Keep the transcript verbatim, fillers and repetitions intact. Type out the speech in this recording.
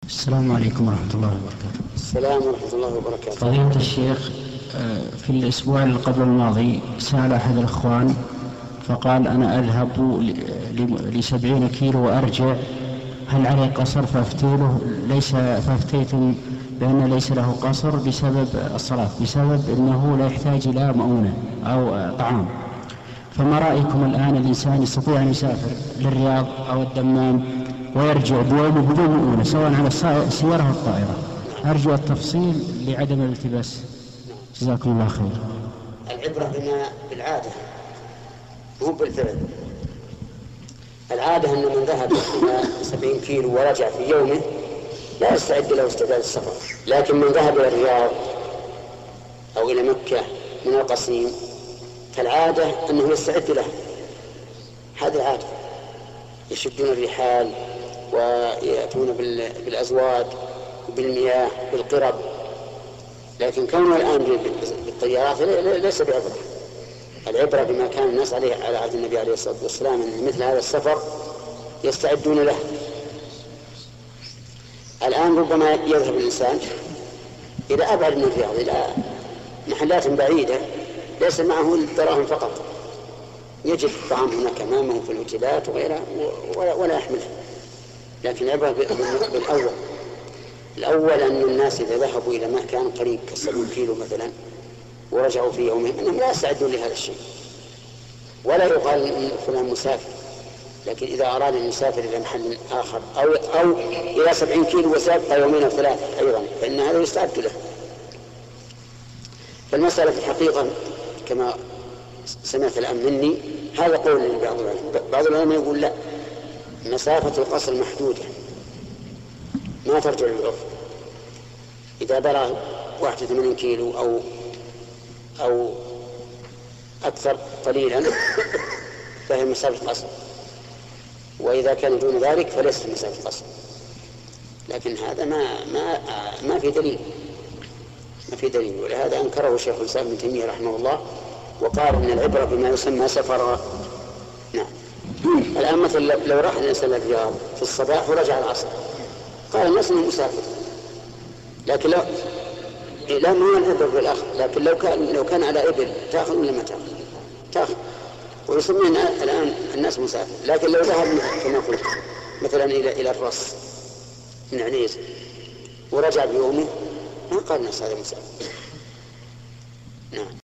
السلام عليكم ورحمة الله وبركاته. السلام ورحمة الله وبركاته. فضيلة الشيخ، في الأسبوع اللي قبل الماضي سأل أحد الأخوان فقال أنا أذهب لسبعين كيلو وأرجع، هل عليه قصر؟ فأفتيله ليس فأفتيت بأن ليس له قصر بسبب الصلاة، بسبب أنه لا يحتاج إلى مؤونة أو طعام. فما رأيكم الآن الإنسان يستطيع أن يسافر للرياض أو الدمام ويرجع بيومه بدون مؤونة سواء على السيارة أو الطائرة؟ أرجو التفصيل لعدم الالتباس. جزاكم الله خير. العبرة بما بالعادة مو بالفعل. العادة أن من ذهب إلى سبعين كيلو ورجع في يومه لا يستعد له استعداد السفر، لكن من ذهب إلى الرياض أو إلى مكة من القصيم فالعادة أنه يستعد له. هذه العادة، يشدون الرحال ويأتون بالأزواج بالمياه بالقرب، لكن كونه الآن بالطيارات ليس بعبرة. العبرة بما كان الناس عليه على عهد النبي عليه الصلاة والسلام، أن مثل هذا السفر يستعدون له. الآن ربما يذهب الإنسان إلى أبعد من الرياض، إلى محلات بعيدة ليس معه الدراهم فقط، يجد الطعام هناك أمامه في الوجبات وغيرها ولا يحمله. لكن العبرة بالأول. الأول أن الناس إذا ذهبوا إلى مكان قريب كالسبعين كيلو مثلا ورجعوا في يومهم أنهم لا يستعدون لهذا الشيء، ولا يقال فلان مسافر. لكن إذا أراد أن يسافر إلى محل آخر أو, أو إلى سبعين كيلو وسيبقى يومين أو ثلاثة أيضا فإن هذا يستعد له. فالمسألة في الحقيقة كما سمعت الآن مني هذا قول لبعض العلماء. بعض العلماء يقول لا، مسافة القصر محدودة ما ترجع للعرف. إذا بلغ واحد وثمانين كيلو أو أو أكثر قليلا فهي مسافة قصر، وإذا كان دون ذلك فليست مسافة قصر. لكن هذا ما ما ما في دليل ما في دليل ولهذا أنكره شيخ الإسلام ابن تيمية رحمه الله وقال إن العبرة بما يسمى سفر. نعم. الآن مثلا لو راح الإنسان الرياض في الصباح ورجع العصر قال الناس إنه مسافر، لكن لو لا مو العبرة بالأخذ، لكن لو كان لو كان على إبل تأخذ ولا ما تأخذ؟ تأخذ، ويسمون الآن الناس مسافر. لكن لو ذهب كما قلت مثلا إلى إلى الرص من عنيز ورجع بيومه ما قال الناس هذا مسافر. نعم.